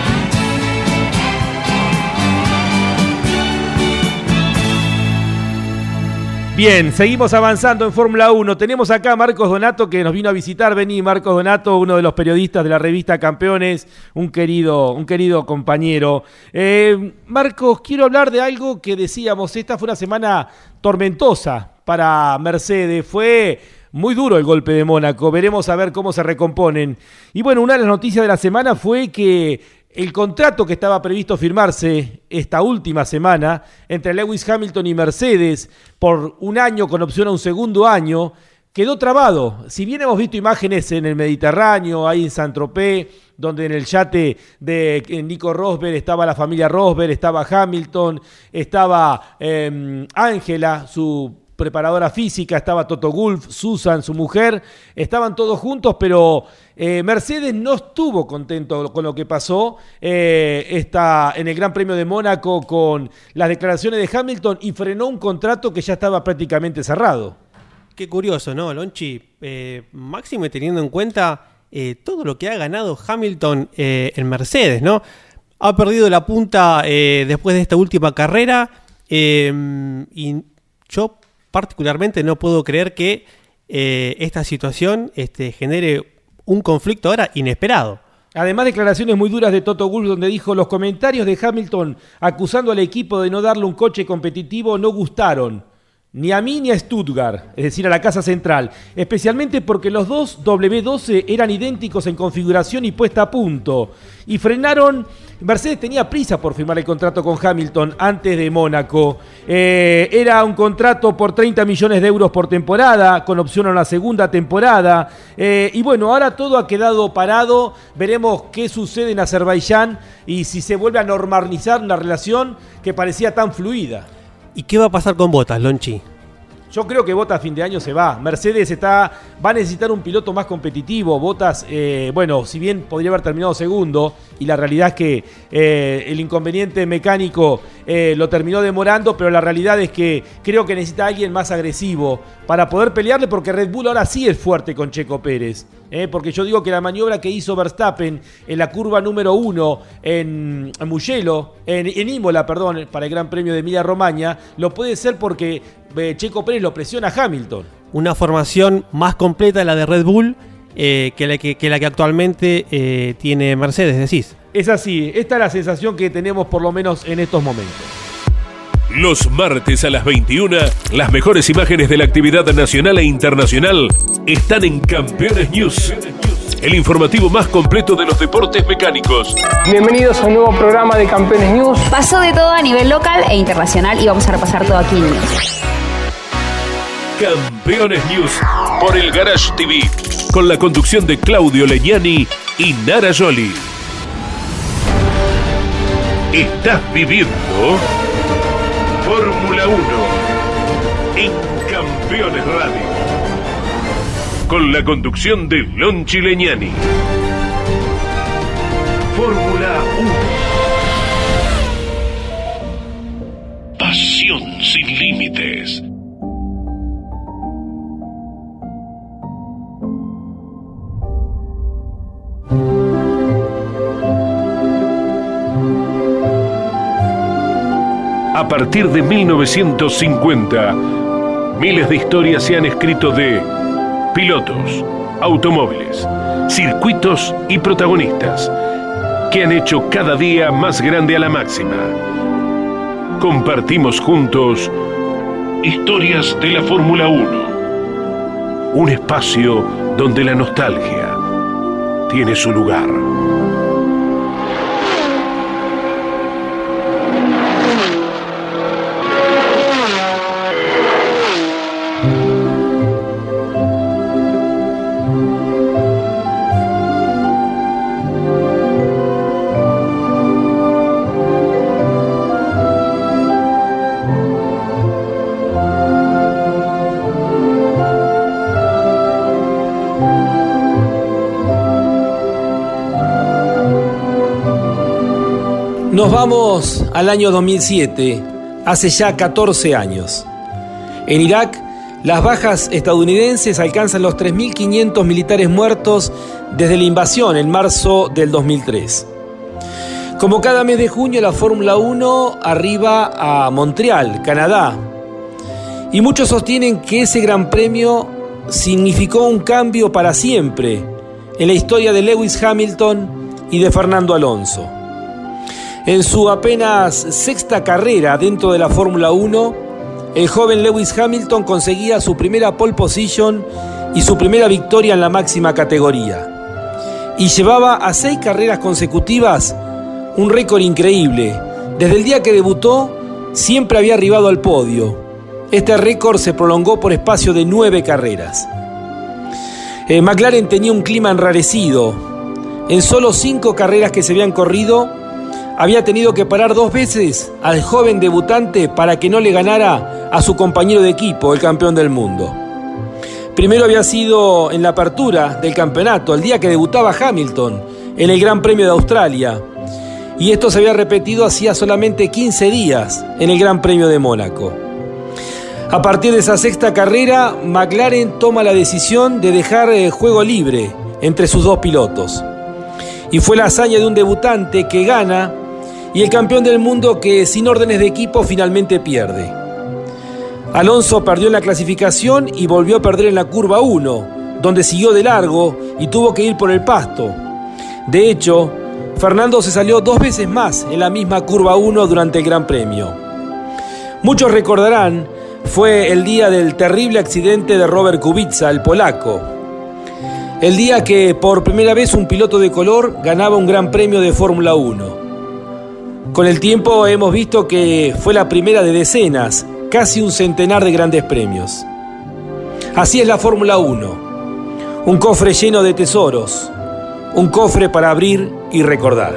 Bien, seguimos avanzando en Fórmula 1. Tenemos acá a Marcos Donato, que nos vino a visitar. Vení, Marcos Donato, uno de los periodistas de la revista Campeones, un querido compañero. Marcos, quiero hablar de algo que decíamos. Esta fue una semana tormentosa para Mercedes. Fue muy duro el golpe de Mónaco. Veremos a ver cómo se recomponen. Y bueno, una de las noticias de la semana fue que el contrato que estaba previsto firmarse esta última semana entre Lewis Hamilton y Mercedes por un año con opción a un segundo año quedó trabado. Si bien hemos visto imágenes en el Mediterráneo, ahí en Saint-Tropez, donde en el yate de Nico Rosberg estaba la familia Rosberg, estaba Hamilton, estaba Ángela, su preparadora física, estaba Toto Wolff, Susan, su mujer, estaban todos juntos, pero Mercedes no estuvo contento con lo que pasó en el Gran Premio de Mónaco con las declaraciones de Hamilton y frenó un contrato que ya estaba prácticamente cerrado. Qué curioso, ¿no, Lonchi? Máximo teniendo en cuenta todo lo que ha ganado Hamilton en Mercedes, ¿no? Ha perdido la punta después de esta última carrera y yo particularmente no puedo creer que esta situación genere un conflicto ahora inesperado. Además, declaraciones muy duras de Toto Wolff, donde dijo: los comentarios de Hamilton acusando al equipo de no darle un coche competitivo no gustaron. Ni a mí ni a Stuttgart, es decir, a la casa central, especialmente porque los dos W12 eran idénticos en configuración y puesta a punto. Y frenaron. Mercedes tenía prisa por firmar el contrato con Hamilton antes de Mónaco. Era un contrato por 30 millones de euros por temporada, con opción a una segunda temporada. Y bueno, ahora todo ha quedado parado. Veremos qué sucede en Azerbaiyán y si se vuelve a normalizar una relación que parecía tan fluida. ¿Y qué va a pasar con Bottas, Lonchi? Yo creo que Bottas a fin de año se va. Mercedes va a necesitar un piloto más competitivo. Bottas, si bien podría haber terminado segundo, y la realidad es que el inconveniente mecánico lo terminó demorando, pero la realidad es que creo que necesita a alguien más agresivo para poder pelearle, porque Red Bull ahora sí es fuerte con Checo Pérez. Porque yo digo que la maniobra que hizo Verstappen en la curva número 1 en Mugello, en Imola, para el Gran Premio de Emilia-Romagna, lo puede ser porque Checo Pérez lo presiona a Hamilton. Una formación más completa de la de Red Bull que la que actualmente tiene Mercedes, decís. Es así, esta es la sensación que tenemos por lo menos en estos momentos. Los martes a las 21, las mejores imágenes de la actividad nacional e internacional están en Campeones News, el informativo más completo de los deportes mecánicos. Bienvenidos a un nuevo programa de Campeones News. Pasó de todo a nivel local e internacional y vamos a repasar todo aquí en News. Campeones News por el Garage TV, con la conducción de Claudio Legnani y Nara Joli. Estás viviendo Fórmula 1 en Campeones Radio, con la conducción de Lonchi Legnani. Fórmula 1. Pasión sin límites. A partir de 1950, miles de historias se han escrito de pilotos, automóviles, circuitos y protagonistas que han hecho cada día más grande a la máxima. Compartimos juntos historias de la Fórmula 1, un espacio donde la nostalgia tiene su lugar. Nos vamos al año 2007, hace ya 14 años. En Irak, las bajas estadounidenses alcanzan los 3.500 militares muertos desde la invasión en marzo del 2003. Como cada mes de junio, la Fórmula 1 arriba a Montreal, Canadá. Y muchos sostienen que ese gran premio significó un cambio para siempre en la historia de Lewis Hamilton y de Fernando Alonso. En su apenas sexta carrera dentro de la Fórmula 1, el joven Lewis Hamilton conseguía su primera pole position y su primera victoria en la máxima categoría. Y llevaba a 6 carreras consecutivas un récord increíble. Desde el día que debutó, siempre había arribado al podio. Este récord se prolongó por espacio de 9 carreras. McLaren tenía un clima enrarecido. En solo 5 carreras que se habían corrido, había tenido que parar 2 veces al joven debutante para que no le ganara a su compañero de equipo, el campeón del mundo. Primero había sido en la apertura del campeonato, el día que debutaba Hamilton en el Gran Premio de Australia, y esto se había repetido hacía solamente 15 días en el Gran Premio de Mónaco. A partir de esa sexta carrera, McLaren toma la decisión de dejar juego libre entre sus dos pilotos. Y fue la hazaña de un debutante que gana y el campeón del mundo que sin órdenes de equipo finalmente pierde. Alonso perdió en la clasificación y volvió a perder en la curva 1, donde siguió de largo y tuvo que ir por el pasto. De hecho, Fernando se salió 2 veces más en la misma curva 1 durante el Gran Premio. Muchos recordarán, fue el día del terrible accidente de Robert Kubica, el polaco. El día que por primera vez un piloto de color ganaba un Gran Premio de Fórmula 1. Con el tiempo hemos visto que fue la primera de decenas, casi un centenar de grandes premios. Así es la Fórmula 1. Un cofre lleno de tesoros. Un cofre para abrir y recordar.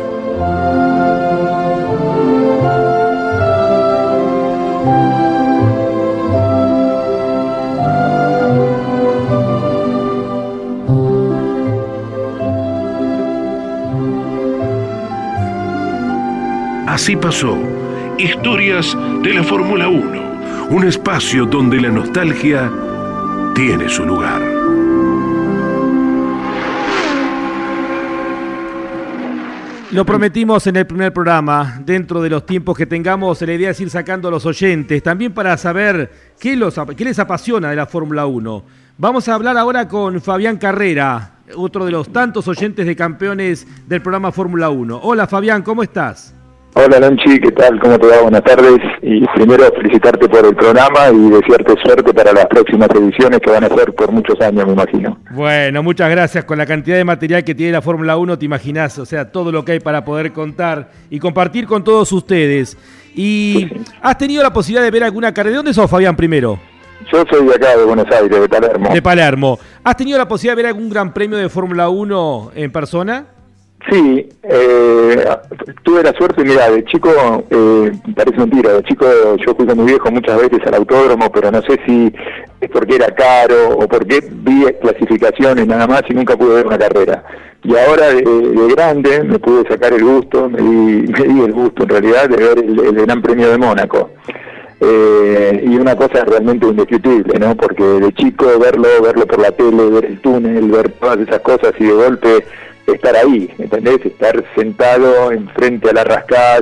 Así pasó. Historias de la Fórmula 1. Un espacio donde la nostalgia tiene su lugar. Lo prometimos en el primer programa. Dentro de los tiempos que tengamos, la idea es ir sacando a los oyentes, también para saber qué les apasiona de la Fórmula 1. Vamos a hablar ahora con Fabián Carrera, otro de los tantos oyentes de campeones del programa Fórmula 1. Hola Fabián, ¿cómo estás? Hola Lonchi, ¿qué tal? ¿Cómo te va? Buenas tardes. Y primero felicitarte por el programa y desearte suerte para las próximas ediciones que van a ser por muchos años, me imagino. Bueno, muchas gracias. Con la cantidad de material que tiene la Fórmula 1, te imaginás, o sea, todo lo que hay para poder contar y compartir con todos ustedes. Y ¿has tenido la posibilidad de ver alguna carrera? ¿De dónde sos, Fabián, primero? Yo soy de acá, de Buenos Aires, de Palermo. De Palermo. ¿Has tenido la posibilidad de ver algún gran premio de Fórmula 1 en persona? Sí, tuve la suerte, mira, de chico, parece mentira, de chico yo fui con mi viejo muchas veces al autódromo, pero no sé si es porque era caro o porque vi clasificaciones nada más y nunca pude ver una carrera. Y ahora de grande me pude sacar el gusto, me di el gusto en realidad de ver el Gran Premio de Mónaco. Y una cosa realmente indiscutible, ¿no? Porque de chico verlo por la tele, ver el túnel, ver todas esas cosas y de golpe estar ahí, ¿entendés? Estar sentado enfrente a la Rascás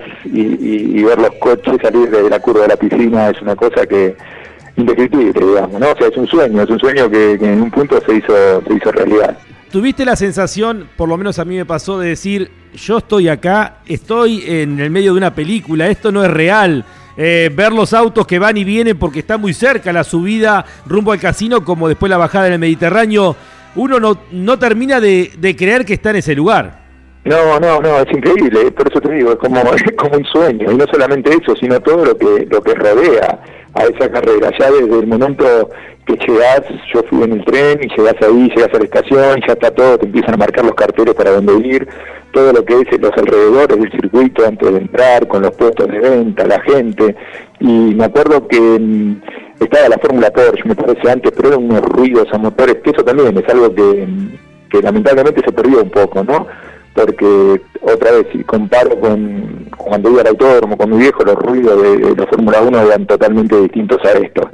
y ver los coches salir de la curva de la piscina es una cosa que indescriptible, digamos, ¿no? O sea, es un sueño que en un punto se hizo realidad. ¿Tuviste la sensación, por lo menos a mí me pasó, de decir, yo estoy acá, estoy en el medio de una película, esto no es real? Ver los autos que van y vienen porque está muy cerca la subida rumbo al casino, como después la bajada en el Mediterráneo, uno no termina de creer que está en ese lugar. No, es increíble, por eso te digo, es como un sueño, y no solamente eso, sino todo lo que rodea a esa carrera. Ya desde el momento que llegás, yo fui en el tren y llegás ahí, llegás a la estación, ya está todo, te empiezan a marcar los carteles para dónde ir, todo lo que es los alrededores del circuito antes de entrar, con los puestos de venta, la gente, y me acuerdo que estaba la Fórmula Porsche, me parece antes, pero eran unos ruidos a motores, que eso también es algo que lamentablemente se perdió un poco, ¿no? Porque otra vez, si comparo con cuando iba al autódromo con mi viejo, los ruidos de la Fórmula 1 eran totalmente distintos a estos.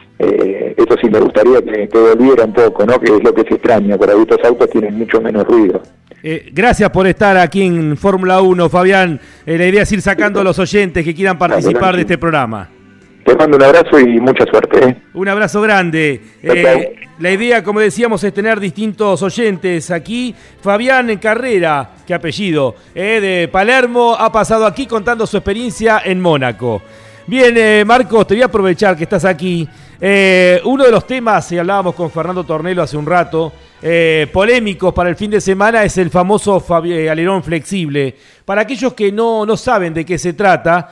Eso sí me gustaría que volviera un poco, ¿no? Que es lo que se extraña, por ahí estos autos tienen mucho menos ruido. Gracias por estar aquí en Fórmula 1, Fabián. La idea es ir sacando a los oyentes que quieran participar de este programa. Te mando un abrazo y mucha suerte. Un abrazo grande. La idea, como decíamos, es tener distintos oyentes aquí. Fabián Carrera, qué apellido, de Palermo, ha pasado aquí contando su experiencia en Mónaco. Bien, Marcos, te voy a aprovechar que estás aquí. Uno de los temas, y hablábamos con Fernando Tornello hace un rato, polémicos para el fin de semana, es el famoso alerón flexible. Para aquellos que no saben de qué se trata,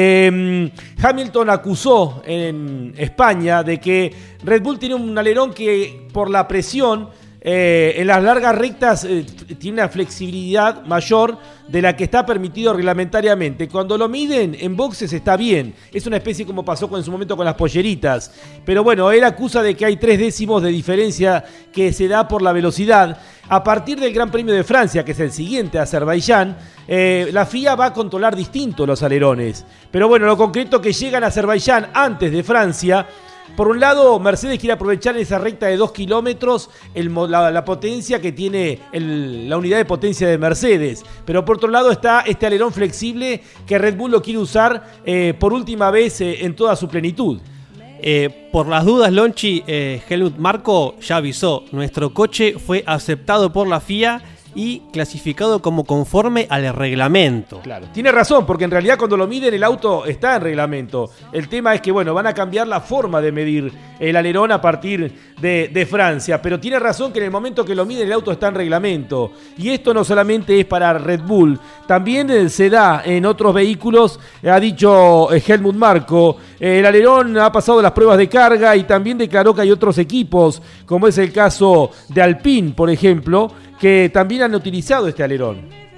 Hamilton acusó en España de que Red Bull tiene un alerón que por la presión en las largas rectas tiene una flexibilidad mayor de la que está permitido reglamentariamente. Cuando lo miden en boxes está bien, es una especie como pasó en su momento con las polleritas, pero bueno, él acusa de que hay 3 décimos de diferencia que se da por la velocidad. A partir del Gran Premio de Francia, que es el siguiente, Azerbaiyán, la FIA va a controlar distinto los alerones, pero bueno, lo concreto que llegan a Azerbaiyán antes de Francia. Por un lado, Mercedes quiere aprovechar en esa recta de 2 kilómetros la potencia que tiene la unidad de potencia de Mercedes. Pero por otro lado está este alerón flexible que Red Bull lo quiere usar por última vez en toda su plenitud. Por las dudas, Lonchi, Helmut Marko ya avisó, nuestro coche fue aceptado por la FIA y clasificado como conforme al reglamento. Claro, tiene razón, porque en realidad cuando lo miden el auto está en reglamento. El tema es que, bueno, van a cambiar la forma de medir el alerón a partir de Francia, pero tiene razón que en el momento que lo miden el auto está en reglamento. Y esto no solamente es para Red Bull, también se da en otros vehículos, ha dicho Helmut Marko. El alerón ha pasado las pruebas de carga y también declaró que hay otros equipos, como es el caso de Alpine, por ejemplo, que también han utilizado este alerón.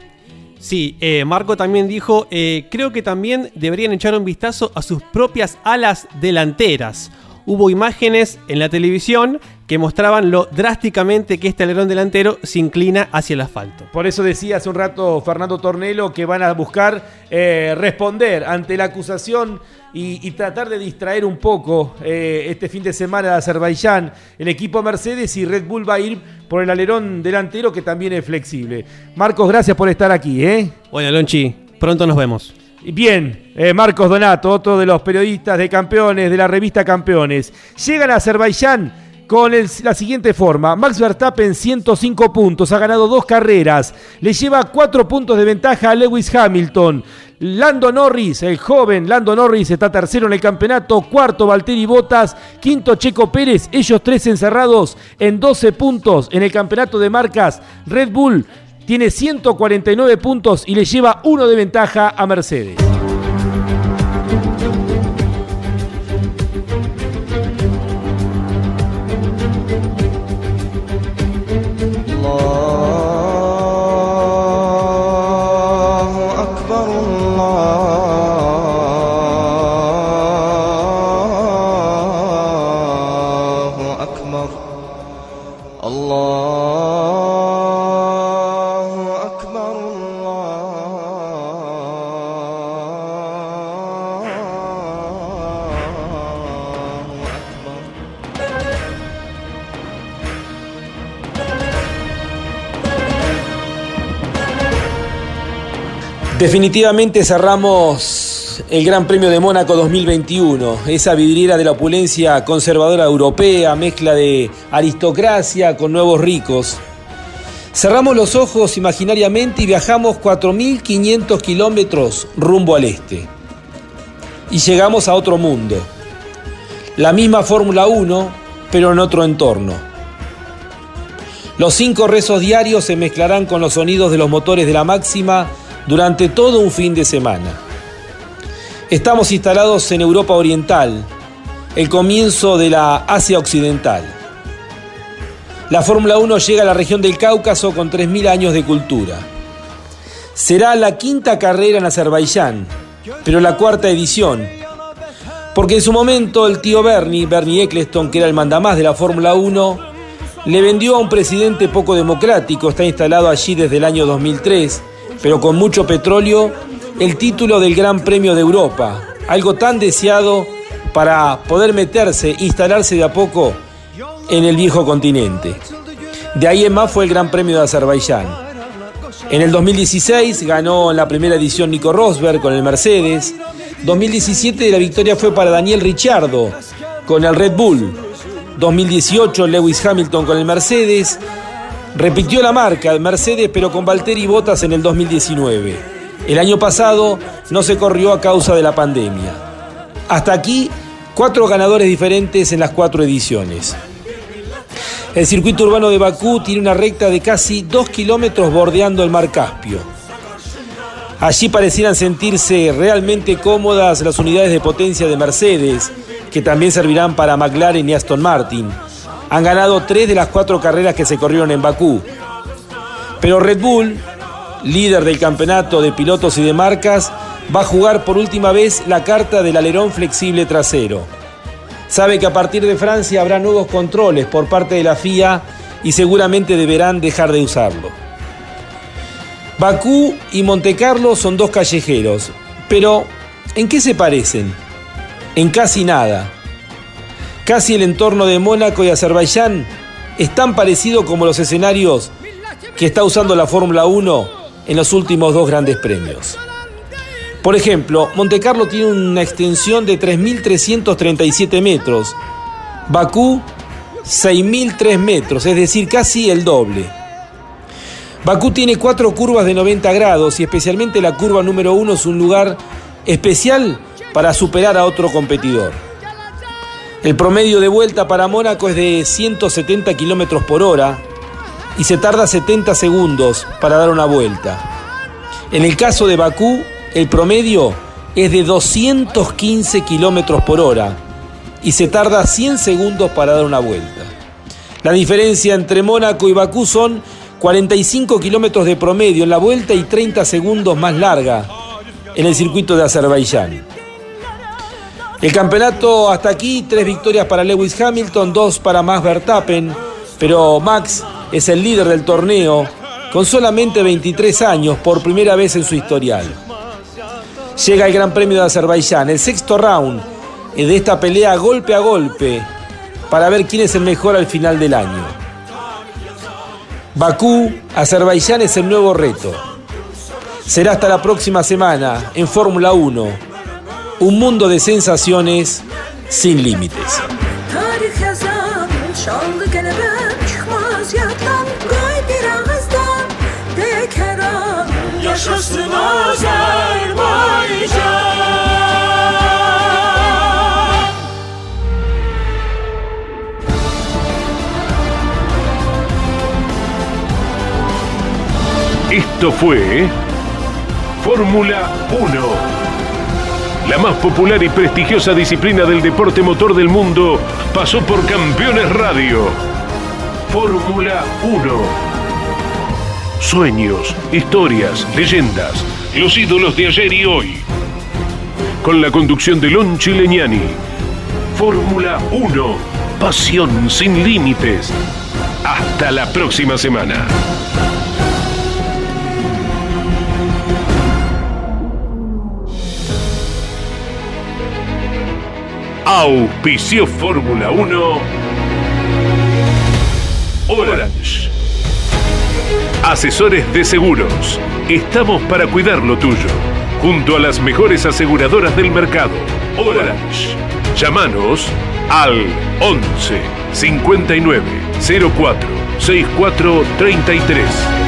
Sí, Marko también dijo, creo que también deberían echar un vistazo a sus propias alas delanteras. Hubo imágenes en la televisión que mostraban lo drásticamente que este alerón delantero se inclina hacia el asfalto. Por eso decía hace un rato Fernando Tornello que van a buscar responder ante la acusación y tratar de distraer un poco este fin de semana de Azerbaiyán el equipo Mercedes, y Red Bull va a ir por el alerón delantero, que también es flexible. Marcos, gracias por estar aquí. Bueno, Lonchi, pronto nos vemos. Bien, Marcos Donato, otro de los periodistas de Campeones, de la revista Campeones. Llegan a Azerbaiyán con la siguiente forma. Max Verstappen, 105 puntos, ha ganado 2 carreras, le lleva 4 puntos de ventaja a Lewis Hamilton. Lando Norris, el joven Lando Norris, está tercero en el campeonato, cuarto Valtteri Bottas, quinto Checo Pérez, ellos 3 encerrados en 12 puntos en el campeonato de marcas. Red Bull tiene 149 puntos y le lleva 1 de ventaja a Mercedes. Definitivamente cerramos el Gran Premio de Mónaco 2021, esa vidriera de la opulencia conservadora europea, mezcla de aristocracia con nuevos ricos. Cerramos los ojos imaginariamente y viajamos 4.500 kilómetros rumbo al este. Y llegamos a otro mundo. La misma Fórmula 1, pero en otro entorno. Los 5 rezos diarios se mezclarán con los sonidos de los motores de la máxima durante todo un fin de semana. Estamos instalados en Europa Oriental, el comienzo de la Asia Occidental. La Fórmula 1 llega a la región del Cáucaso con 3.000 años de cultura. Será la 5ª carrera en Azerbaiyán, pero la 4ª edición, porque en su momento el tío Bernie Ecclestone, que era el mandamás de la Fórmula 1, le vendió a un presidente poco democrático, está instalado allí desde el año 2003, pero con mucho petróleo, el título del Gran Premio de Europa, algo tan deseado para poder instalarse de a poco en el viejo continente. De ahí en más fue el Gran Premio de Azerbaiyán. En el 2016 ganó en la primera edición Nico Rosberg con el Mercedes. 2017 la victoria fue para Daniel Ricciardo con el Red Bull. 2018 Lewis Hamilton con el Mercedes. Repitió la marca de Mercedes, pero con Valtteri Bottas en el 2019. El año pasado no se corrió a causa de la pandemia. Hasta aquí, 4 ganadores diferentes en las 4 ediciones. El circuito urbano de Bakú tiene una recta de casi 2 kilómetros bordeando el mar Caspio. Allí parecieran sentirse realmente cómodas las unidades de potencia de Mercedes, que también servirán para McLaren y Aston Martin. Han ganado 3 de las 4 carreras que se corrieron en Bakú. Pero Red Bull, líder del campeonato de pilotos y de marcas, va a jugar por última vez la carta del alerón flexible trasero. Sabe que a partir de Francia habrá nuevos controles por parte de la FIA y seguramente deberán dejar de usarlo. Bakú y Montecarlo son 2 callejeros, pero ¿en qué se parecen? En casi nada. Casi el entorno de Mónaco y Azerbaiyán es tan parecido como los escenarios que está usando la Fórmula 1 en los últimos 2 grandes premios. Por ejemplo, Montecarlo tiene una extensión de 3.337 metros, Bakú 6.003 metros, es decir, casi el doble. Bakú tiene 4 curvas de 90 grados y especialmente la curva número 1 es un lugar especial para superar a otro competidor. El promedio de vuelta para Mónaco es de 170 kilómetros por hora y se tarda 70 segundos para dar una vuelta. En el caso de Bakú, el promedio es de 215 kilómetros por hora y se tarda 100 segundos para dar una vuelta. La diferencia entre Mónaco y Bakú son 45 kilómetros de promedio en la vuelta y 30 segundos más larga en el circuito de Azerbaiyán. El campeonato hasta aquí, 3 victorias para Lewis Hamilton, 2 para Max Verstappen, pero Max es el líder del torneo con solamente 23 años por primera vez en su historial. Llega el Gran Premio de Azerbaiyán, el 6º round de esta pelea golpe a golpe para ver quién es el mejor al final del año. Bakú, Azerbaiyán es el nuevo reto. Será hasta la próxima semana en Fórmula 1. Un mundo de sensaciones sin límites. Esto fue Fórmula 1. La más popular y prestigiosa disciplina del deporte motor del mundo pasó por Campeones Radio. Fórmula 1. Sueños, historias, leyendas, los ídolos de ayer y hoy. Con la conducción de Lonchi Legnani. Fórmula 1. Pasión sin límites. Hasta la próxima semana. Auspició Fórmula 1 Orange. Asesores de seguros. Estamos para cuidar lo tuyo. Junto a las mejores aseguradoras del mercado. Orange. Llámanos al 11 59 04 64 33.